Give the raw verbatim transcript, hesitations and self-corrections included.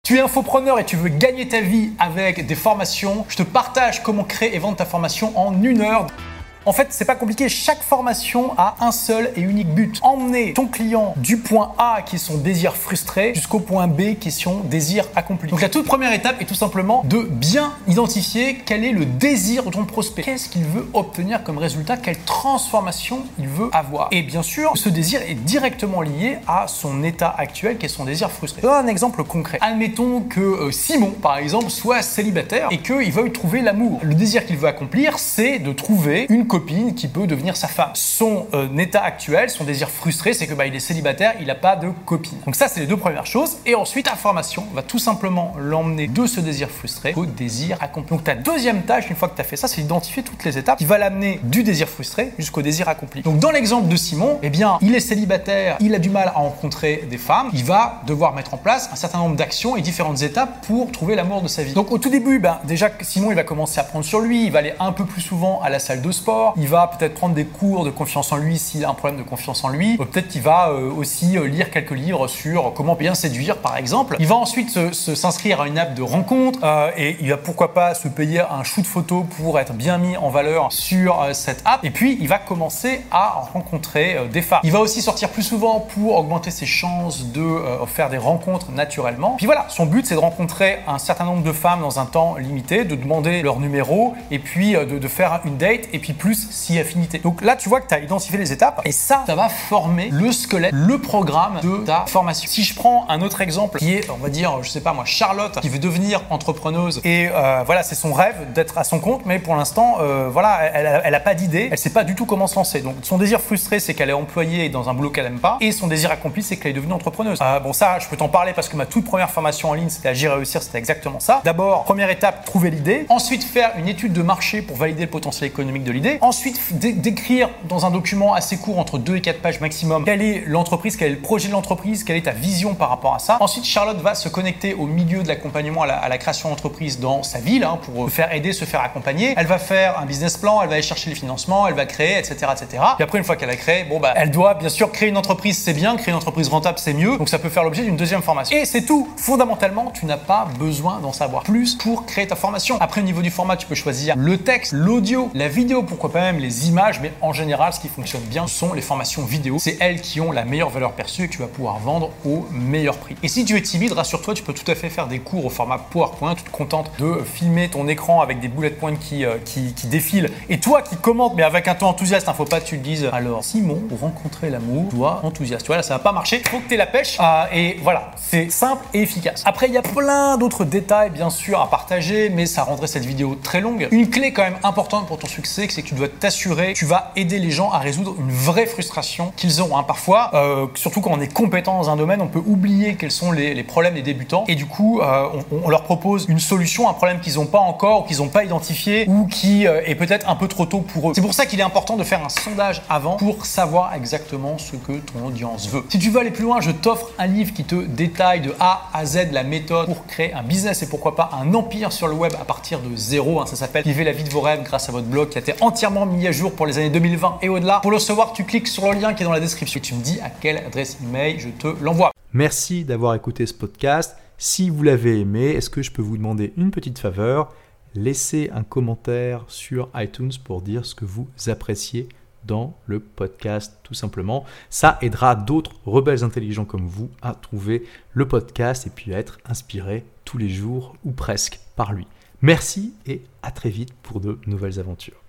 Tu es infopreneur et tu veux gagner ta vie avec des formations. Je te partage comment créer et vendre ta formation en une heure. En fait, c'est pas compliqué. Chaque formation a un seul et unique but. Emmener ton client du point A, qui est son désir frustré, jusqu'au point B, qui est son désir accompli. Donc la toute première étape est tout simplement de bien identifier quel est le désir de ton prospect. Qu'est-ce qu'il veut obtenir comme résultat? Quelle transformation il veut avoir? Et bien sûr, ce désir est directement lié à son état actuel, qui est son désir frustré. Je donne un exemple concret. Admettons que euh, Simon, par exemple, soit célibataire et qu'il veuille trouver l'amour. Le désir qu'il veut accomplir, c'est de trouver une copine qui peut devenir sa femme. Son euh, état actuel, son désir frustré, c'est que bah, il est célibataire, il n'a pas de copine. Donc ça, c'est les deux premières choses. Et ensuite, ta formation va tout simplement l'emmener de ce désir frustré au désir accompli. Donc ta deuxième tâche, une fois que tu as fait ça, c'est d'identifier toutes les étapes qui va l'amener du désir frustré jusqu'au désir accompli. Donc dans l'exemple de Simon, eh bien, il est célibataire, il a du mal à rencontrer des femmes, il va devoir mettre en place un certain nombre d'actions et différentes étapes pour trouver l'amour de sa vie. Donc au tout début, ben, déjà, Simon, il va commencer à prendre sur lui, il va aller un peu plus souvent à la salle de sport, il va peut-être prendre des cours de confiance en lui s'il a un problème de confiance en lui. Peut-être qu'il va euh, aussi euh, lire quelques livres sur comment bien séduire, par exemple. Il va ensuite se, se, s'inscrire à une app de rencontre euh, et il va pourquoi pas se payer un shoot photo pour être bien mis en valeur sur euh, cette app. Et puis, il va commencer à rencontrer euh, des femmes. Il va aussi sortir plus souvent pour augmenter ses chances de euh, faire des rencontres naturellement. Puis voilà, son but, c'est de rencontrer un certain nombre de femmes dans un temps limité, de demander leur numéro et puis euh, de, de faire une date et puis plus si affinité. Donc là, tu vois que tu as identifié les étapes et ça, ça va former le squelette, le programme de ta formation. Si je prends un autre exemple qui est, on va dire, je sais pas moi, Charlotte qui veut devenir entrepreneuse et euh, voilà, c'est son rêve d'être à son compte, mais pour l'instant, euh, voilà, elle, elle, elle a pas d'idée, elle sait pas du tout comment se lancer. Donc son désir frustré, c'est qu'elle est employée dans un boulot qu'elle aime pas et son désir accompli, c'est qu'elle est devenue entrepreneuse. Euh, bon, ça, je peux t'en parler parce que ma toute première formation en ligne, c'était Agir et réussir, c'était exactement ça. D'abord, première étape, trouver l'idée. Ensuite, faire une étude de marché pour valider le potentiel économique de l'idée. Ensuite, dé- d'écrire dans un document assez court, entre deux et quatre pages maximum, quelle est l'entreprise, quel est le projet de l'entreprise, quelle est ta vision par rapport à ça. Ensuite, Charlotte va se connecter au milieu de l'accompagnement à la, à la création d'entreprise dans sa ville hein, pour se faire aider, se faire accompagner. Elle va faire un business plan, elle va aller chercher les financements, elle va créer, et cetera, et cetera. Puis après, une fois qu'elle a créé, bon bah, elle doit bien sûr créer une entreprise, c'est bien, créer une entreprise rentable, c'est mieux. Donc ça peut faire l'objet d'une deuxième formation. Et c'est tout. Fondamentalement, tu n'as pas besoin d'en savoir plus pour créer ta formation. Après, au niveau du format, tu peux choisir le texte, l'audio, la vidéo, pourquoi pas même les images, mais en général, ce qui fonctionne bien sont les formations vidéo. C'est elles qui ont la meilleure valeur perçue et que tu vas pouvoir vendre au meilleur prix. Et si tu es timide, rassure-toi, tu peux tout à fait faire des cours au format PowerPoint. Tu te contentes de filmer ton écran avec des bullet points qui, euh, qui, qui défilent. Et toi qui commentes, mais avec un ton enthousiaste, il ne faut pas que tu te dises alors Simon, pour rencontrer l'amour, toi enthousiaste. Tu vois, là, ça va pas marcher. Il faut que tu aies la pêche. Euh, et voilà, c'est simple et efficace. Après, il y a plein d'autres détails, bien sûr, à partager, mais ça rendrait cette vidéo très longue. Une clé quand même importante pour ton succès, c'est que tu dois t'assurer, tu vas aider les gens à résoudre une vraie frustration qu'ils ont. Hein. Parfois, euh, surtout quand on est compétent dans un domaine, on peut oublier quels sont les, les problèmes des débutants et du coup, euh, on, on leur propose une solution, un problème qu'ils n'ont pas encore ou qu'ils n'ont pas identifié ou qui euh, est peut-être un peu trop tôt pour eux. C'est pour ça qu'il est important de faire un sondage avant pour savoir exactement ce que ton audience veut. Si tu veux aller plus loin, je t'offre un livre qui te détaille de A à Z la méthode pour créer un business et pourquoi pas un empire sur le web à partir de zéro. Hein. Ça s'appelle Vivez la vie de vos rêves grâce à votre blog qui a été entièrement mis à jour pour les années deux mille vingt et au-delà. Pour le recevoir, tu cliques sur le lien qui est dans la description et tu me dis à quelle adresse email je te l'envoie. Merci d'avoir écouté ce podcast. Si vous l'avez aimé, est-ce que je peux vous demander une petite faveur? Laissez un commentaire sur iTunes pour dire ce que vous appréciez dans le podcast, tout simplement. Ça aidera d'autres rebelles intelligents comme vous à trouver le podcast et puis à être inspirés tous les jours ou presque par lui. Merci et à très vite pour de nouvelles aventures.